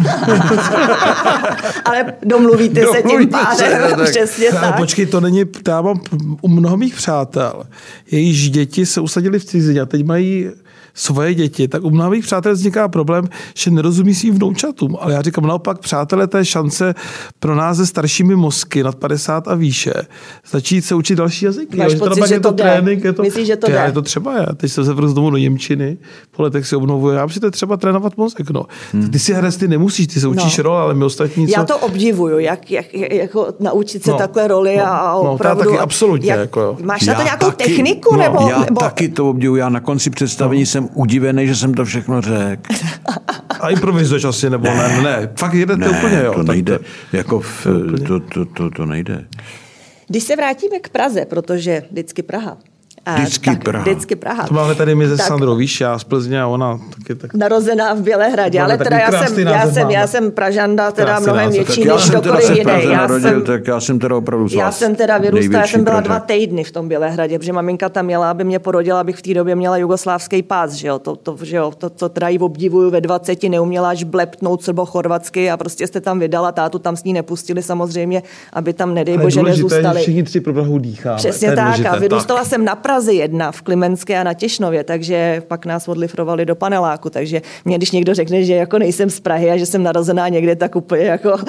Ale domluvíte, domluvíte se tím pádem. Tak, přesně tak. Počkej, to není, já mám u mnoho mých přátel, jejichž děti se usadili v cizině a teď mají svoje děti, tak u mnoha mých přátel vzniká problém, že nerozumí svým vnoučatům. Ale já říkám naopak, přátelé, to je šance pro nás se staršími mozky nad padesát a výše začít se učit další jazyky. Máš pocit, že, že to jde? Trénink, je to, Myslíš, že to jde? jde? Je to třeba já. Teď jsem se vrhl z domu do němčiny, po letech si obnovuji. Já myslím, že to je třeba trénovat mozek. No. Hmm. Ty si hres, ty nemusíš, ty se učíš no. roli, ale my ostatní... Co... Já to obdivuju, jak, jak, jako naučit se no. takhle roli no. a no, opravdu... No, taky absolutně. Jak, jako, jo. Máš na to já nějakou taky, techniku? No, nebo, já nebo... taky to obdivuju. Já na konci představení no. jsem udivený, že jsem to všechno řekl. A improvizuješ asi, nebo ne? Ne, ne. Fakt jedete ne, úplně, jo. to nejde. To, jako v, to, to, to, to nejde. Když se vrátíme k Praze, protože vždycky Praha. Vždycky tak, Praha. Vždycky Praha. To máme tady my se tak, Sandrou, víš, já z Plzně a ona taky tak... Narozená v Bělehradě, ale teda já jsem, já, jsem, já jsem Pražanda, teda krásný mnohem název. Větší než kdokoliv jiný. Já jsem, tak já jsem teda opravdu Já jsem teda vyrůstala, já jsem byla dva týdny v tom Bělehradě, protože maminka tam měla, aby mě porodila, abych v té době měla jugoslávský pás, že jo, to, to, že jo, to, to teda jí obdivuju ve dvaceti, neuměla až bleptnout srbo-chorvatsky a prostě jste tam vydala, tátu tam s ní nepustili samozřejmě, aby tam, nedej bože, nezůstali. Všichni tři pro Prahu dýcháme. Přesně tak, a vyrůstala jsem na Praze jedna, v Klimenské a na Těšnově, takže pak nás odlifrovali do paneláku, takže mě, když někdo řekne, že jako nejsem z Prahy a že jsem narozená někde, tak úplně jako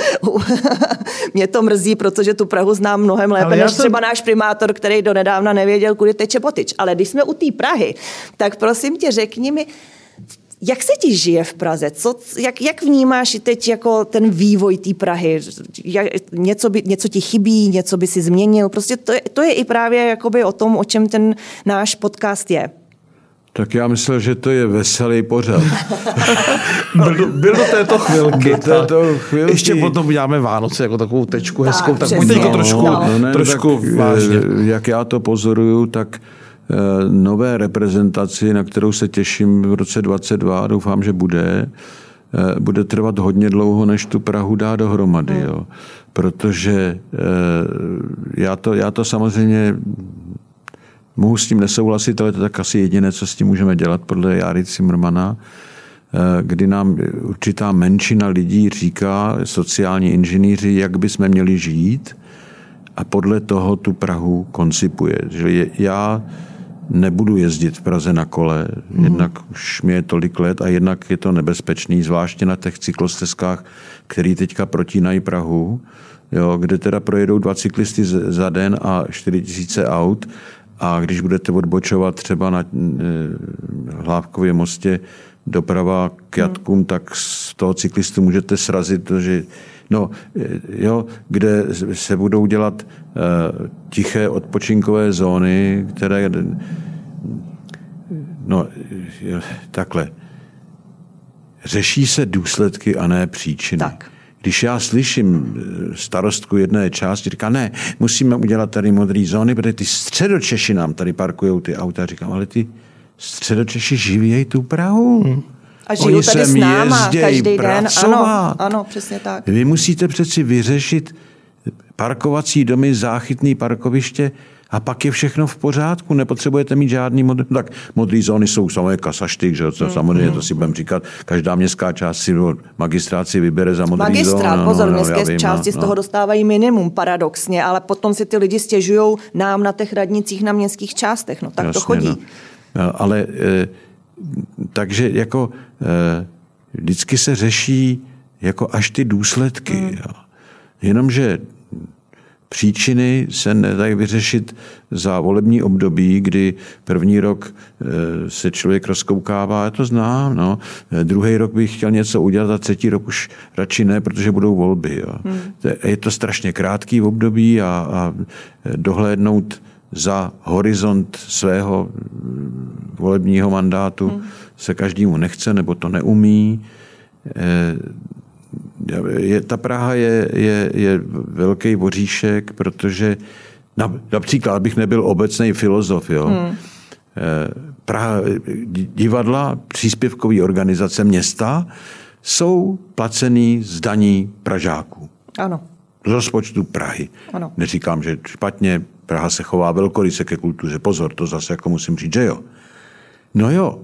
mě to mrzí, protože tu Prahu znám mnohem lépe, než jsem... třeba náš primátor, který donedávna nevěděl, kudy teče Potyč. Ale když jsme u té Prahy, tak prosím tě, řekni mi, jak se ti žije v Praze? Co, jak, jak vnímáš teď jako ten vývoj té Prahy? Jak, něco, by, něco ti chybí, něco by si změnil? Prostě to je, to je i právě jakoby o tom, o čem ten náš podcast je. Tak já myslel, že to je veselý pořad. byl, do, byl do této chvilky. Do této chvilky. Ještě potom uděláme Vánoce jako takovou tečku tak, hezkou. Tak pojďte to trošku, no. No ne, trošku tak, vážně. Jak já to pozoruju, tak nové reprezentaci, na kterou se těším v roce dvacet dva, doufám, že bude, bude trvat hodně dlouho, než tu Prahu dá dohromady. Hmm. Jo. Protože já to, já to samozřejmě mohu s tím nesouhlasit, ale to je tak asi jediné, co s tím můžeme dělat podle Járy Cimrmana, kdy nám určitá menšina lidí říká, sociální inženýři, jak bychom měli žít a podle toho tu Prahu koncipuje. Že já nebudu jezdit v Praze na kole, mm. jednak už mě je tolik let a jednak je to nebezpečný, zvláště na těch cyklostezkách, který teďka protínají Prahu, jo, kde teda projedou dva cyklisty za den a čtyři tisíce aut a když budete odbočovat třeba na Hlávkově mostě doprava k Jatkům, hmm. tak z toho cyklistu můžete srazit, že no, jo, kde se budou dělat uh, tiché odpočinkové zóny, které no, takhle. Řeší se důsledky a ne příčiny. Tak. Když já slyším starostku jedné části, říká, ne, musíme udělat tady modré zóny, protože ty středočeši nám tady parkujou ty auta. Říkám, ale ty středočeši živějí tu Prahu. Hmm. A žijou tady s náma každý den. Ano, ano, přesně tak. Vy musíte přeci vyřešit parkovací domy, záchytné parkoviště a pak je všechno v pořádku. Nepotřebujete mít žádný modrý. Tak modré zóny jsou samozřejmě kasaštyk, že hmm. samozřejmě to si budeme říkat. Každá městská část si magistrát si vybere za modrý zóny. Magistrát, zón, pozor, no, no, městské vím, části no, z toho dostávají minimum, paradoxně, ale potom si ty lidi stěžujou nám na těch radnicích na městských částech. No tak Jasně, to chodí. No. Ale e, takže jako e, vždycky se řeší jako až ty důsledky. Hmm. Jo. Jenomže příčiny se nedají vyřešit za volební období, kdy první rok se člověk rozkoukává, já to znám, no. Druhý rok bych chtěl něco udělat a třetí rok už radši ne, protože budou volby. Jo. Hmm. Je to strašně krátký období a, a dohlédnout za horizont svého volebního mandátu hmm. se každému nechce nebo to neumí. Je, ta Praha je, je, je velký voříšek, protože například, abych nebyl obecný filozof, jo, hmm. Praha, divadla, příspěvkové organizace města jsou placený z daní Pražáků. Ano. Z rozpočtu Prahy. Ano. Neříkám, že špatně, Praha se chová velkoryse ke kultuře. Pozor, to zase jako musím říct, že jo. No jo,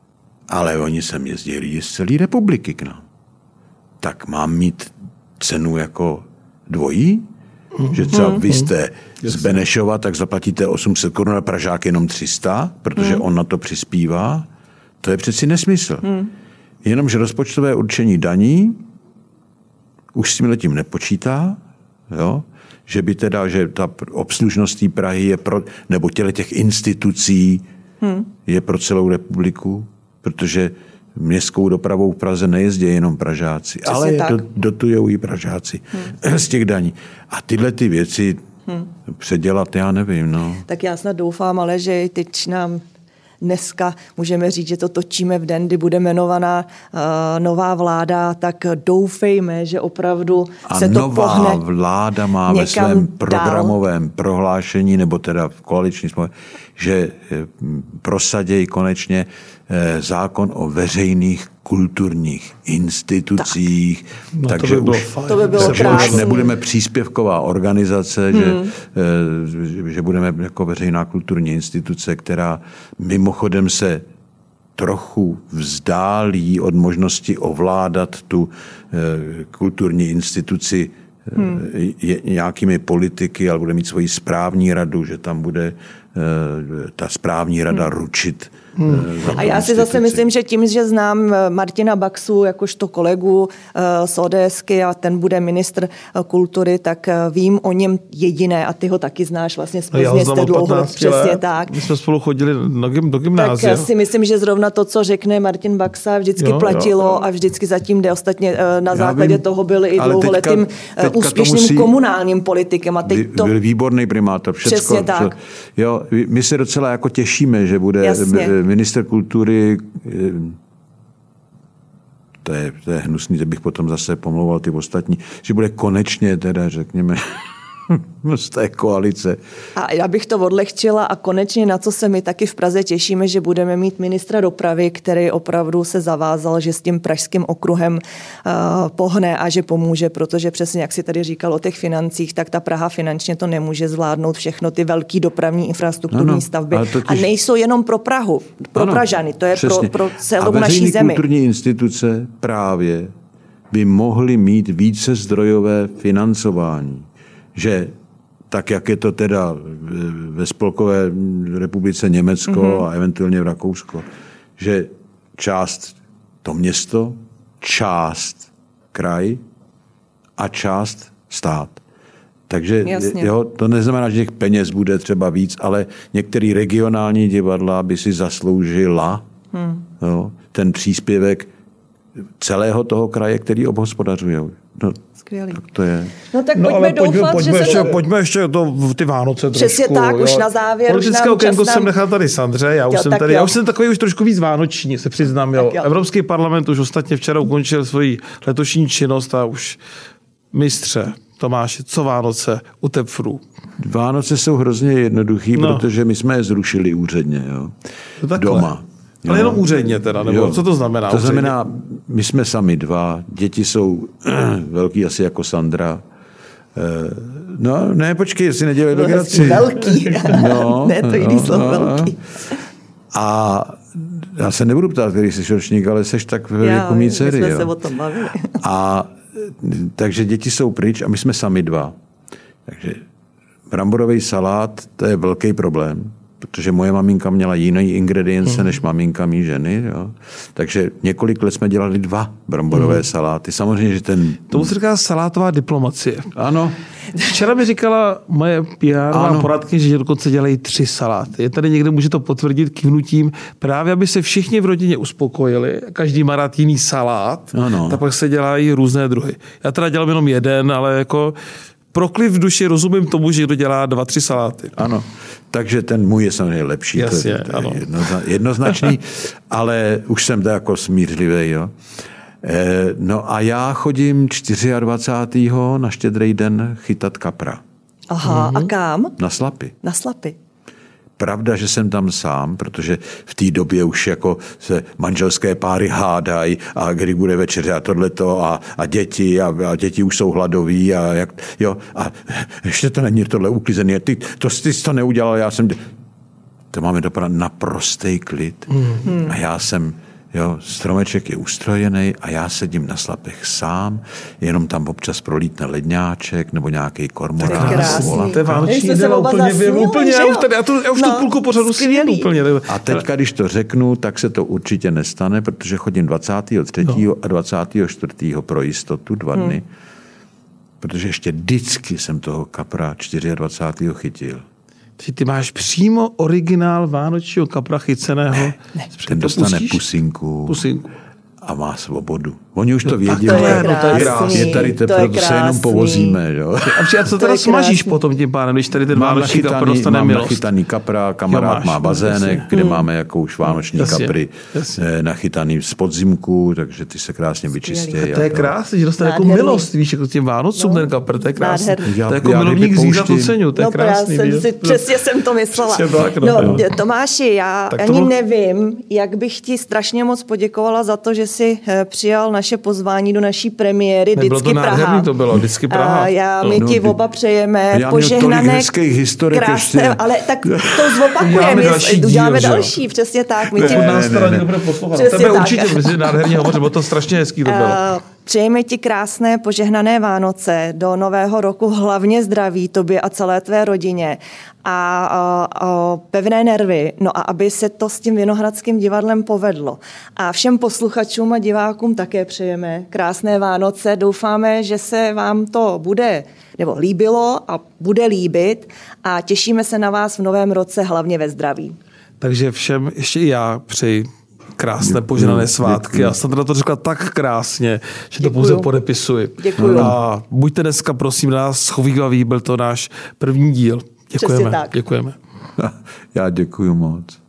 ale oni sem jezdí lidi z celé republiky k nám. Tak mám mít cenu jako dvojí? Mm-hmm. Že třeba vy jste z Benešova, tak zaplatíte osm set korun a Pražák jenom tři sta, protože mm. on na to přispívá. To je přeci nesmysl. Mm. Jenomže rozpočtové určení daní už s tím letím nepočítá, jo? Že by teda, že ta obslužnost té Prahy je pro, nebo těle těch institucí mm. je pro celou republiku, protože městskou dopravou v Praze nejezdí jenom Pražáci, Přesně ale do, dotujou i Pražáci hmm. z těch daní. A tyhle ty věci hmm. předělat, já nevím. No. Tak já snad doufám, ale že teď nám dneska můžeme říct, že to točíme v den, kdy bude jmenovaná uh, nová vláda, tak doufejme, že opravdu a se to pohne. A nová vláda má ve svém programovém dál. prohlášení, nebo teda v koaliční smlouvě, že prosadějí konečně zákon o veřejných kulturních institucích. Tak. No, takže to by už, to by bylo takže už nebudeme příspěvková organizace, hmm. že, že budeme jako veřejná kulturní instituce, která mimochodem se trochu vzdálí od možnosti ovládat tu kulturní instituci hmm. je, nějakými politiky, ale bude mít svoji správní radu, že tam bude ta správní rada hmm. ručit. Hmm. A já si zase myslím, že tím, že znám Martina Baxu jakožto kolegu z ODSky a ten bude ministr kultury, tak vím o něm jediné a ty ho taky znáš vlastně z Plzně, jste dlouho, přesně tak. My jsme spolu chodili do gymnázia. Tak si myslím, že zrovna to, co řekne Martin Baxa, vždycky jo, platilo jo, jo. a vždycky zatím jde. Ostatně na základě vím, toho byl i dlouholetým teďka, teďka úspěšným musí, komunálním politikem. A teď to... Byl výborný primátor. Všecko, přesně tak. Jo, my se docela jako těšíme, že bude Jasně. minister kultury, to je, to je hnusný, že bych potom zase pomlouval ty ostatní, že bude konečně teda, řekněme, z té koalice. A já bych to odlehčila a konečně na co se my taky v Praze těšíme, že budeme mít ministra dopravy, který opravdu se zavázal, že s tím pražským okruhem uh, pohne a že pomůže, protože přesně jak si tady říkal o těch financích, tak ta Praha finančně to nemůže zvládnout všechno ty velký dopravní infrastrukturní ano, stavby. Totiž... A nejsou jenom pro Prahu, pro ano, Pražany, to je pro, pro celou naší zemi. A kulturní instituce právě by mohly mít více zdrojové financování. Že tak, jak je to teda ve Spolkové republice Německo mm-hmm. a eventuálně v Rakousko, že část to město, část kraj a část stát. Takže jo, to neznamená, že těch peněz bude třeba víc, ale některé regionální divadla by si zasloužila hmm. jo, ten příspěvek celého toho kraje, který obhospodařují. No, skvělý. Tak to je. No tak pojďme no, ale doufat, pojďme, pojďme že ještě, se... Pojďme ještě to, ty Vánoce Přesně trošku. tak, jo. Už na závěr. Politické okénko jsem nechal tady Sandře, já už, jo, jsem tady, jo. já už jsem takový už trošku víc vánoční, se přiznám. Jo. Jo. Evropský parlament už ostatně včera ukončil svoji letošní činnost a už mistře Tomáši, co Vánoce u Tepfrů? Vánoce jsou hrozně jednoduchý, no. protože my jsme je zrušili úředně. Jo. Doma. Jo. Ale jenom úředně teda, nebo jo. co to znamená? To úředně? znamená, my jsme sami dva, děti jsou velký asi jako Sandra. No, ne, počkej, jestli nedělej legraci. Velký. No, ne, to jiný no, slovo no. velký. A já se nebudu ptát, který jsi ročník, ale seš tak ve věku mý dcery. My jsme jo. se o tom bavili. A takže děti jsou pryč a my jsme sami dva. Takže bramborový salát, to je velký problém, protože moje maminka měla jiné ingredience hmm. než maminka mý ženy. Jo. Takže několik let jsme dělali dva bramborové hmm. saláty. Samozřejmě, že ten... Tomu se říká salátová diplomacie. Ano. Včera mi říkala moje P R poradkyně, že dokonce dělají tři saláty. Je tady někde, může to potvrdit kývnutím, právě aby se všichni v rodině uspokojili, každý má rád jiný salát, ano. tak pak se dělají různé druhy. Já teda dělám jenom jeden, ale jako pro klid v duši rozumím tomu, že kdo dělá dva, tři saláty. Ano, takže ten můj je samozřejmě lepší. Jasně, to je, to je ano. Jednozna, jednoznačný, ale už jsem to jako smířlivý, jo. No a já chodím dvacátého čtvrtého na Štědrý den chytat kapra. Aha, mm-hmm. a kam? Na Slapy. Na Slapy. Pravda, že jsem tam sám, protože v té době už jako se manželské páry hádají a kdy bude večeře a tohleto a, a děti a, a děti už jsou hladoví a jak, jo, a ještě to není tohle uklizené. Ty to, ty jsi to neudělal, já jsem... To máme dopadá naprostý klid. Mm-hmm. A já jsem... Jo, stromeček je ustrojený a já sedím na Slapech sám, jenom tam občas prolítne ledňáček nebo nějaký kormorán. To je vánoční jídlo úplně, úplně já, už tady, já, to, já už no, tu půlku pořadu svím úplně. A teďka, když to řeknu, tak se to určitě nestane, protože chodím dvacátého třetího No. a dvacátého čtvrtého pro jistotu dva dny, hmm. protože ještě vždycky jsem toho kapra dvacátého čtvrtého chytil. Ty máš přímo originál vánočního kapra chyceného. Ne, ne. Ten dostane pusinku, pusinku a má svobodu. Oni už to vědí, to je, no, to je, je, je tady teprve, to se jenom povozíme. Jo. A co teda smažíš potom tím pánem, když tady ten vánoční kapr dostane milost? Mám nachytaný kapra, kamarád jo, má bazének, jasně. kde hmm. máme jako už vánoční jasně, kapry jasně. nachytaný z podzimku, takže ty se krásně vyčistějí. To je krásné, že dostane jako milost, víš, jako tím Vánocům ten kapr, to je krásné. To je jako milovník zvířat oceňu, to je krásný. Přesně jsem to myslela. No, Tomáši, já ani nevím, jak bych ti strašně moc poděkovala za to, že jsi přijal naše pozvání do naší premiéry Vždycky Praha. Nádherný to bylo, Vždycky Praha. A já, my ti no, oba přejeme požehnané, krásné, ale tak to zopakujeme, uděláme další, přesně tak. My ti nás teda někdo bude poslouchat. Tebe určitě, protože nádherně hovořit, bylo to strašně hezký to bylo. Přejeme ti krásné požehnané Vánoce, do nového roku hlavně zdraví tobě a celé tvé rodině a, a, a pevné nervy, no a aby se to s tím Vinohradským divadlem povedlo. A všem posluchačům a divákům také přejeme krásné Vánoce. Doufáme, že se vám to bude nebo líbilo a bude líbit a těšíme se na vás v novém roce hlavně ve zdraví. Takže všem ještě i já přeji krásné požehnané svátky. Já jsem to řekla tak krásně, že to pouze podepisuji. Děkuju. A buďte dneska, prosím, nás schovývaví, byl to náš první díl. Děkujeme. Děkujeme. Já děkuju moc.